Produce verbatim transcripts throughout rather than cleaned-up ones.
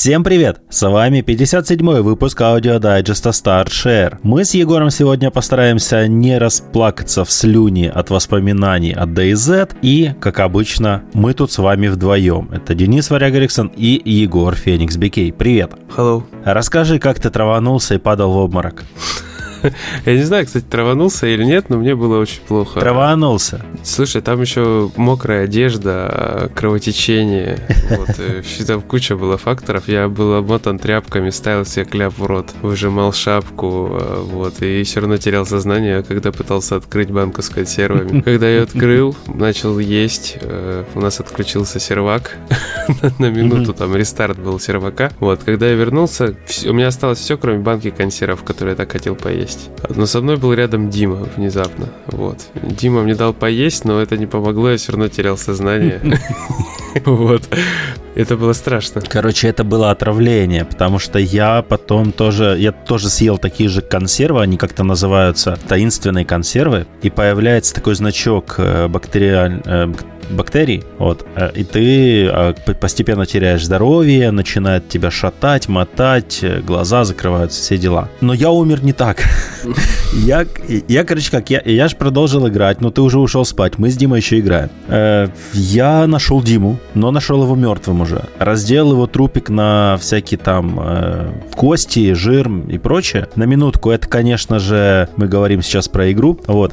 Всем привет! С вами пятьдесят седьмой выпуск аудиодайджеста StartShare. Мы с Егором сегодня постараемся не расплакаться в слюни от воспоминаний от DayZ. И, как обычно, мы тут с вами вдвоем. Это Денис Варяг-Эриксон и Егор Феникс Би Кей. Привет! Hello. Расскажи, как ты траванулся и падал в обморок. Я не знаю, кстати, траванулся или нет, но мне было очень плохо. Траванулся. Слушай, там еще мокрая одежда, кровотечение. Вот, там куча было факторов. Я был обмотан тряпками, ставил себе кляп в рот, выжимал шапку, вот, и все равно терял сознание, когда пытался открыть банку с консервами. Когда я открыл, начал есть, у нас отключился сервак на минуту, там рестарт был сервака. Вот, когда я вернулся, у меня осталось все, кроме банки консервов, которые я так хотел поесть. Но со мной был рядом Дима внезапно. Вот. Дима мне дал поесть, но это не помогло, я все равно терял сознание. Вот. Это было страшно. Короче, это было отравление, потому что я потом тоже, я тоже съел такие же консервы, они как-то называются таинственные консервы, и появляется такой значок бактериальный, бактерий, вот, и ты постепенно теряешь здоровье, начинает тебя шатать, мотать, глаза закрываются, все дела. Но я умер не так. Я, я короче, как, я, я же продолжил играть, но ты уже ушел спать, мы с Димой еще играем. Я нашел Диму, но нашел его мертвым уже. Разделал его трупик на всякие там э, кости, жир и прочее. На минутку, это, конечно же, мы говорим сейчас про игру, вот.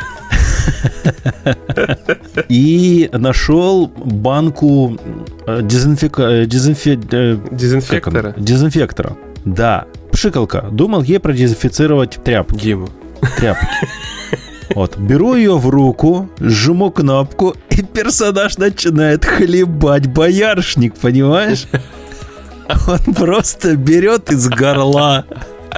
И нашел банку дезинфика... дезинфи... дезинфектора. Дезинфектора. Да. Пшикалка. Думал ей продезинфицировать тряпки. Диму. Тряпки. Вот. Беру ее в руку, жму кнопку, и персонаж начинает хлебать боярышник, понимаешь? Он просто берет из горла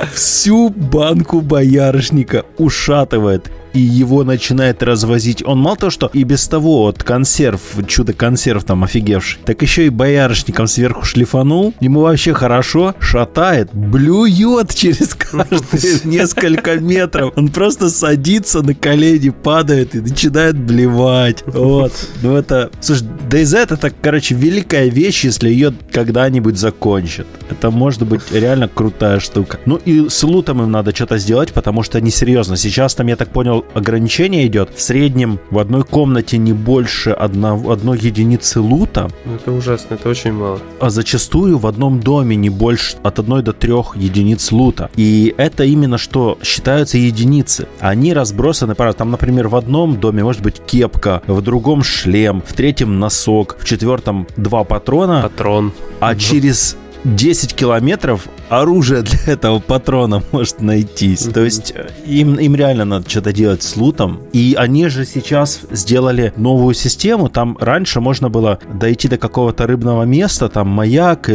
всю банку боярышника, ушатывает, и его начинает развозить. Он мало того, что и без того вот консерв, чудо-консерв там офигевший, так еще и боярышником сверху шлифанул. Ему вообще хорошо, шатает, блюет через каждые несколько метров. Он просто садится на колени, падает и начинает блевать. Вот. Ну это... Слушай, DayZ это, короче, великая вещь, если ее когда-нибудь закончат. Это может быть реально крутая штука. Ну и с лутом им надо что-то сделать, потому что несерьезно. Сейчас там, я так понял, ограничение идет. В среднем в одной комнате не больше одного, одной единицы лута. Это ужасно, это очень мало. А зачастую в одном доме не больше от одной до трех единиц лута. И это именно что считаются единицы. Они разбросаны, там, например, в одном доме может быть кепка, в другом шлем, в третьем носок, в четвертом два патрона. Патрон. А угу. через десять километров оружие для этого патрона может найтись. Mm-hmm. То есть им, им реально надо что-то делать с лутом. И они же сейчас сделали новую систему. Там раньше можно было дойти до какого-то рыбного места, там маяк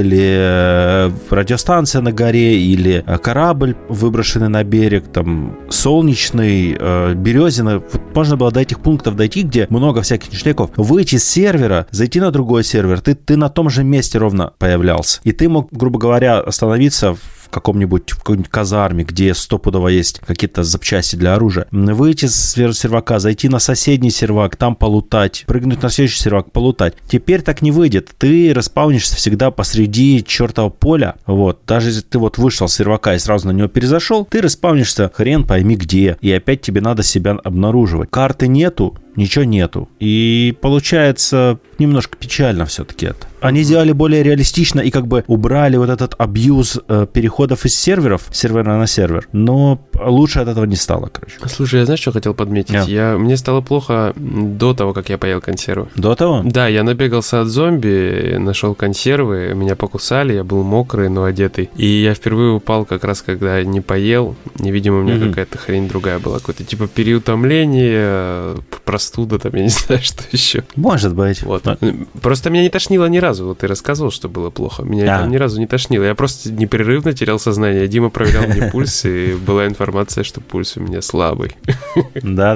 или радиостанция на горе, или корабль, выброшенный на берег, там солнечный, березина. Вот можно было до этих пунктов дойти, где много всяких ништяков. Выйти с сервера, зайти на другой сервер. Ты, ты на том же месте ровно появлялся. И ты мог, грубо говоря, остановиться в каком-нибудь, в какой-нибудь казарме, где стопудово есть какие-то запчасти для оружия, выйти с сервака, зайти на соседний сервак, там полутать, прыгнуть на следующий сервак, полутать. Теперь так не выйдет. Ты респаунишься всегда посреди чертова поля. Вот. Даже если ты вот вышел с сервака и сразу на него перезашел, ты респаунишься хрен пойми где. И опять тебе надо себя обнаруживать. Карты нету, ничего нету. И получается немножко печально все-таки это. Они сделали более реалистично и как бы убрали вот этот абьюз э, переходов из серверов, сервера на сервер, но лучше от этого не стало, короче. Слушай, я знаешь, что хотел подметить? Yeah. Я, мне стало плохо до того, как я поел консервы. До того? Да, я набегался от зомби, нашел консервы, меня покусали, я был мокрый, но одетый. И я впервые упал как раз, когда не поел, и, видимо, у меня mm-hmm. какая-то хрень другая была, какой-то типа переутомление, простуда, там, я не знаю, что еще. Может быть. Вот. Но... Просто меня не тошнило ни разу. Вот ты рассказывал, что было плохо. Меня да. там ни разу не тошнило. Я просто непрерывно терял сознание. Дима проверял мне пульс, и была информация, что пульс у меня слабый. Да-да.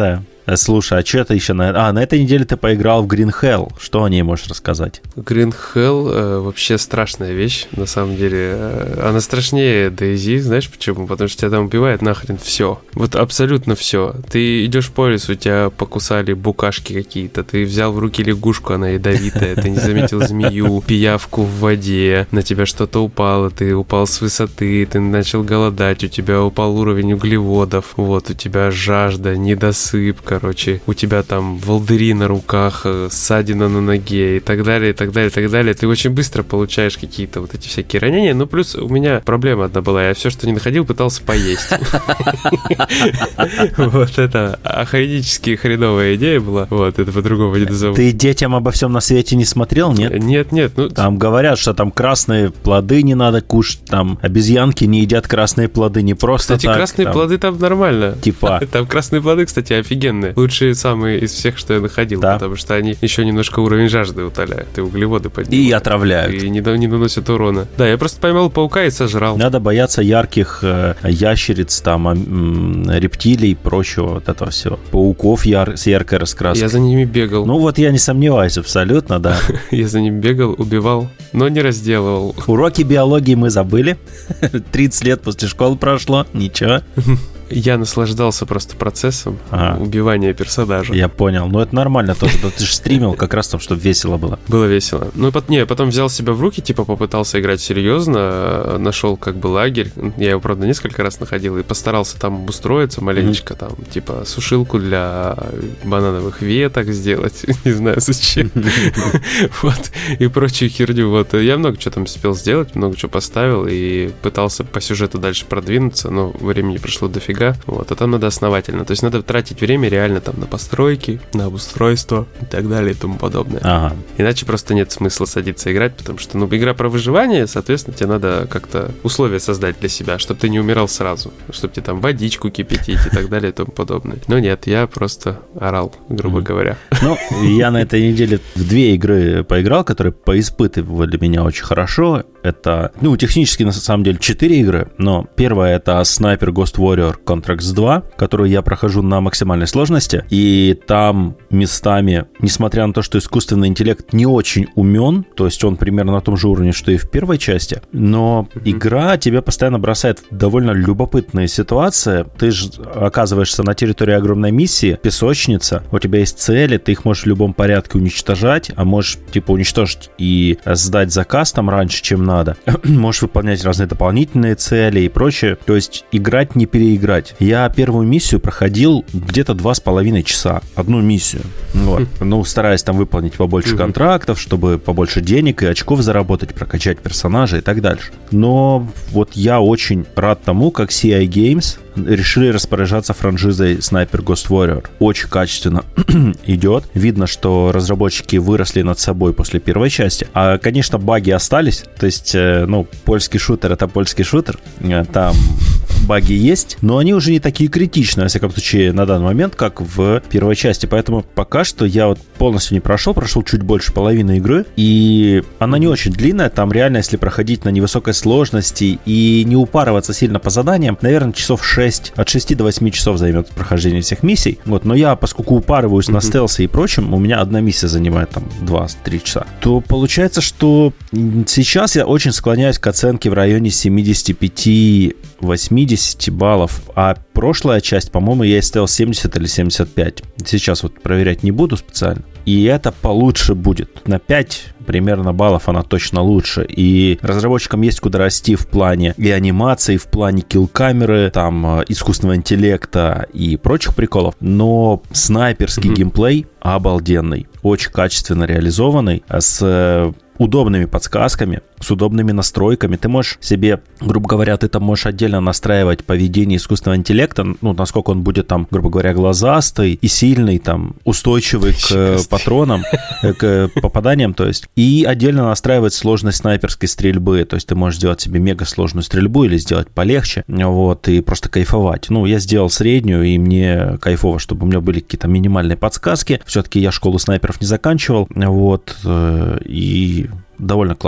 Слушай, а что ты еще на... А, на этой неделе ты поиграл в Green Hell. Что о ней можешь рассказать? Green Hell э, вообще страшная вещь, на самом деле. Э, она страшнее DayZ, знаешь почему? Потому что тебя там убивает нахрен все. Вот абсолютно все. Ты идешь по лесу, тебя покусали букашки какие-то, ты взял в руки лягушку, она ядовитая, ты не заметил змею, пиявку в воде, на тебя что-то упало, ты упал с высоты, ты начал голодать, у тебя упал уровень углеводов, вот, у тебя жажда, недосып, короче, у тебя там волдыри на руках, ссадина на ноге и так далее, и так далее, и так далее. Ты очень быстро получаешь какие-то вот эти всякие ранения, ну, плюс у меня проблема одна была, я все, что не находил, пытался поесть. Вот это охренительски хреновая идея была, вот, это по-другому не назову. Ты детям обо всем на свете не смотрел, нет? Нет, нет, ну... Там говорят, что там красные плоды не надо кушать, там обезьянки не едят красные плоды, не просто так. Кстати, красные плоды там нормально. Типа. Там красные плоды, кстати, офигенные. Лучшие самые из всех, что я находил, да. Потому что они еще немножко уровень жажды утоляют, и углеводы поднимают. И отравляют. И не, не наносят урона. Да, я просто поймал паука и сожрал. Надо бояться ярких э, ящериц, там, э, рептилий и прочего, вот этого всего. Пауков яр, с яркой раскраской. Я за ними бегал. Ну вот я не сомневаюсь, абсолютно, да. Я за ними бегал, убивал, но не разделывал. Уроки биологии мы забыли. тридцать лет после школы прошло, ничего. Я наслаждался просто процессом ага. убивания персонажа. Я понял. Ну, это нормально тоже. Ты же стримил как раз там, чтобы весело было. Было весело. Ну, не, потом взял себя в руки, типа попытался играть серьезно, нашел как бы лагерь. Я его, правда, несколько раз находил и постарался там обустроиться маленечко, mm-hmm. там, типа сушилку для банановых веток сделать. Не знаю, зачем. Вот. И прочую херню. Вот. Я много чего там успел сделать, много чего поставил и пытался по сюжету дальше продвинуться, но времени прошло дофига. Вот, а там надо основательно. То есть надо тратить время реально там на постройки, на обустройство и так далее и тому подобное. Ага. Иначе просто нет смысла садиться играть, потому что, ну, игра про выживание, соответственно, тебе надо как-то условия создать для себя, чтобы ты не умирал сразу, чтобы тебе там водичку кипятить и так далее и тому подобное. Но нет, я просто орал, грубо mm-hmm. говоря. Ну, я на этой неделе в две игры поиграл, которые поиспытывали меня очень хорошо. Это, ну, технически, на самом деле, четыре игры, но первая — это Sniper Ghost Warrior Contracts два, которую я прохожу на максимальной сложности, и там местами, несмотря на то, что искусственный интеллект не очень умен, то есть он примерно на том же уровне, что и в первой части, но mm-hmm. игра тебя постоянно бросает в довольно любопытные ситуации. Ты же оказываешься на территории огромной миссии, песочница, у тебя есть цели, ты их можешь в любом порядке уничтожать, а можешь, типа, уничтожить и сдать заказ там раньше, чем надо. Можешь выполнять разные дополнительные цели и прочее. То есть играть не переиграть. Я первую миссию проходил где-то два с половиной часа. Одну миссию. Вот. Ну, стараясь там выполнить побольше mm-hmm. контрактов, чтобы побольше денег и очков заработать, прокачать персонажа и так дальше. Но вот я очень рад тому, как си ай Games решили распоряжаться франшизой Sniper Ghost Warrior. Очень качественно идет. Видно, что разработчики выросли над собой после первой части. А, конечно, баги остались. То есть, ну, польский шутер — это польский шутер. Там баги есть, но они уже не такие критичные, во всяком случае, на данный момент, как в первой части. Поэтому пока что я вот полностью не прошел, прошел чуть больше половины игры, и она не очень длинная. Там реально, если проходить на невысокой сложности и не упарываться сильно по заданиям, наверное, часов шесть, от шести до восьми часов займет прохождение всех миссий. Вот, но я, поскольку упарываюсь mm-hmm. на стелсе и прочем, у меня одна миссия занимает там два-три часа, то получается, что сейчас я очень склоняюсь к оценке в районе семьдесят пять - восемьдесят баллов, а прошлая часть, по-моему, я ставил семьдесят или семьдесят пять. Сейчас вот проверять не буду специально. И это получше будет. На пять примерно баллов она точно лучше. И разработчикам есть куда расти в плане и анимации, в плане килл-камеры, там, искусственного интеллекта и прочих приколов. Но снайперский mm-hmm. геймплей обалденный, очень качественно реализованный, с удобными подсказками, с удобными настройками. Ты можешь себе, грубо говоря, ты там можешь отдельно настраивать поведение искусственного интеллекта, ну, насколько он будет там, грубо говоря, глазастый и сильный, там, устойчивый к патронам, к попаданиям, то есть, и отдельно настраивать сложность снайперской стрельбы, то есть ты можешь сделать себе мега сложную стрельбу или сделать полегче, вот, и просто кайфовать. Ну, я сделал среднюю, и мне кайфово, чтобы у меня были какие-то минимальные подсказки. Все-таки я школу снайперов не заканчивал, вот, и довольно классно.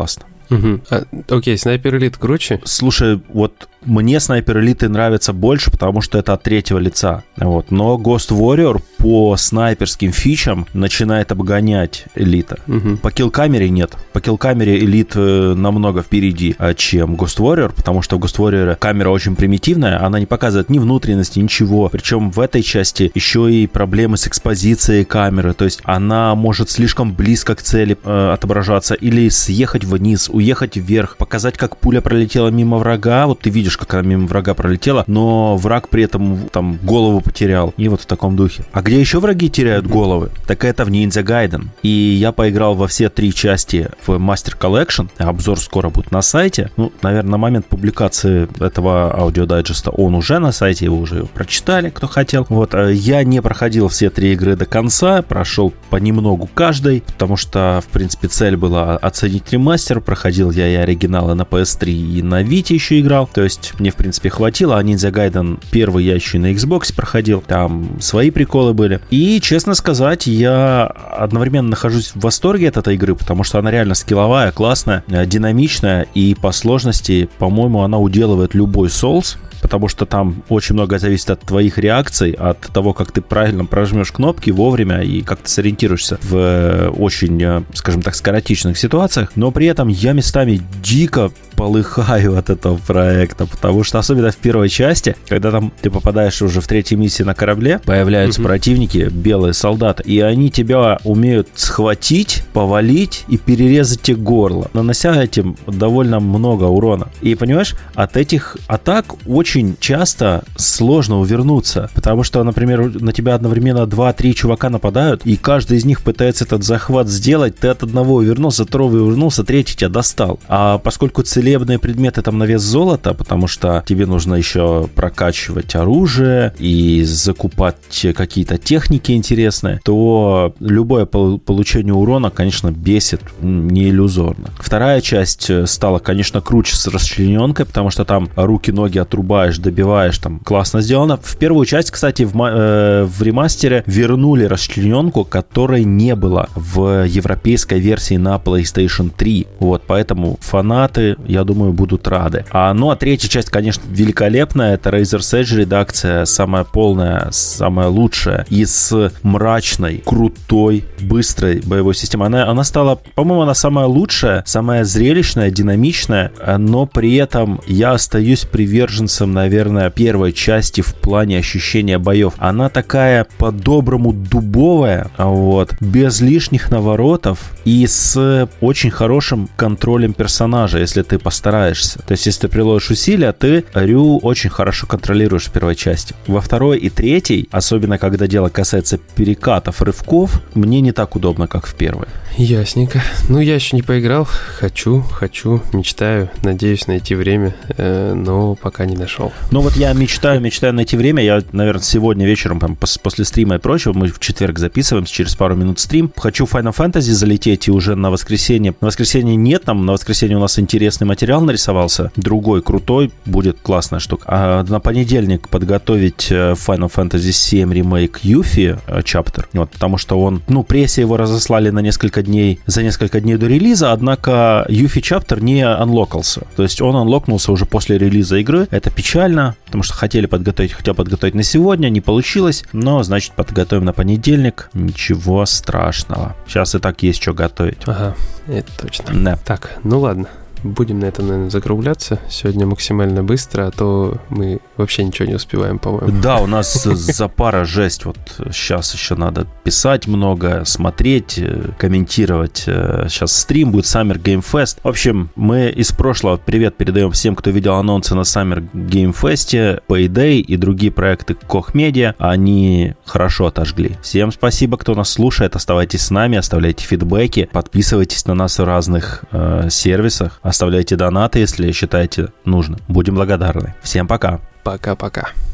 Угу. А, окей, Снайпер Элит круче? Слушай, вот мне Снайпер Элиты нравится больше, потому что это от третьего лица. Вот. Но Ghost Warrior по снайперским фичам начинает обгонять Элита. Угу. По киллкамере нет. По киллкамере Элит намного впереди, чем Ghost Warrior, потому что в Ghost Warrior камера очень примитивная, она не показывает ни внутренности, ничего. Причем в этой части еще и проблемы с экспозицией камеры, то есть она может слишком близко к цели э, отображаться или съехать вниз, уехать вверх, показать, как пуля пролетела мимо врага, вот ты видишь, как она мимо врага пролетела, но враг при этом там голову потерял, и вот в таком духе. А где еще враги теряют головы? Так это в Ninja Gaiden. И я поиграл во все три части в Master Collection, обзор скоро будет на сайте, ну, наверное, на момент публикации этого аудиодайджеста он уже на сайте, его уже прочитали, кто хотел. Вот, я не проходил все три игры до конца, прошел понемногу каждой, потому что, в принципе, цель была оценить ремастер. Проходил я и оригиналы на пи эс три, и на Vita еще играл, то есть мне, в принципе, хватило. А Ninja Gaiden первый я еще и на Xbox проходил, там свои приколы были. И, честно сказать, я одновременно нахожусь в восторге от этой игры, потому что она реально скилловая, классная, динамичная, и по сложности, по-моему, она уделывает любой Souls, потому что там очень много зависит от твоих реакций, от того, как ты правильно прожмешь кнопки вовремя и как ты сориентируешься в очень, скажем так, скоротечных ситуациях. Но при этом я местами дико полыхаю от этого проекта, потому что особенно в первой части, когда там ты попадаешь уже в третьей миссии на корабле, появляются mm-hmm. противники, белые солдаты, и они тебя умеют схватить, повалить и перерезать тебе горло, нанося этим довольно много урона. И понимаешь, от этих атак очень часто сложно увернуться, потому что, например, на тебя одновременно два-три чувака нападают, и каждый из них пытается этот захват сделать, ты от одного увернулся, второго увернулся, третий тебя достал. А поскольку цель целебные предметы там на вес золота, потому что тебе нужно еще прокачивать оружие и закупать какие-то техники интересные, то любое получение урона, конечно, бесит не иллюзорно. Вторая часть стала, конечно, круче с расчлененкой, потому что там руки-ноги отрубаешь, добиваешь, там классно сделано. В первую часть, кстати, в, э, в ремастере вернули расчлененку, которой не было в европейской версии на PlayStation три. Вот, поэтому фанаты, я думаю, будут рады. А, ну, а третья часть, конечно, великолепная. Это Razor's Edge редакция, самая полная, самая лучшая. И с мрачной, крутой, быстрой боевой системой. Она, она стала, по-моему, она самая лучшая, самая зрелищная, динамичная, но при этом я остаюсь приверженцем, наверное, первой части в плане ощущения боев. Она такая по-доброму дубовая, вот, без лишних наворотов и с очень хорошим контролем персонажа, если ты постараешься. То есть, если ты приложишь усилия, ты Рю очень хорошо контролируешь в первой части. Во второй и третьей, особенно когда дело касается перекатов, рывков, мне не так удобно, как в первой. Ясненько. Ну, я еще не поиграл. Хочу, хочу, мечтаю, надеюсь найти время, э, но пока не нашел. Ну, вот я мечтаю, мечтаю найти время. Я, наверное, сегодня вечером, там, после стрима и прочего, мы в четверг записываемся, через пару минут стрим. Хочу в Final Fantasy залететь и уже на воскресенье. На воскресенье нет, там, на воскресенье у нас интересный материал нарисовался. Другой, крутой, будет классная штука. А на понедельник подготовить Final Fantasy семь ремейк Yuffie Chapter. Вот, потому что он, ну, прессе его разослали на несколько дней, за несколько дней до релиза, однако Yuffie Chapter не анлокался. То есть он анлокнулся уже после релиза игры. Это печально, потому что хотели подготовить, хотя подготовить на сегодня, не получилось. Но, значит, подготовим на понедельник. Ничего страшного. Сейчас и так есть что готовить. Ага, это точно. Да. Так, ну ладно. Будем на этом, наверное, закругляться. Сегодня максимально быстро, а то мы вообще ничего не успеваем, по-моему. Да, у нас за пара жесть. Вот сейчас еще надо писать много, смотреть, комментировать. Сейчас стрим будет, Summer Game Fest. В общем, мы из прошлого привет передаем всем, кто видел анонсы на Summer Game Fest, Payday и другие проекты Koch Media. Они хорошо отожгли. Всем спасибо, кто нас слушает. Оставайтесь с нами, оставляйте фидбэки, подписывайтесь на нас в разных э, сервисах. Оставляйте донаты, если считаете нужным. Будем благодарны. Всем пока. Пока-пока.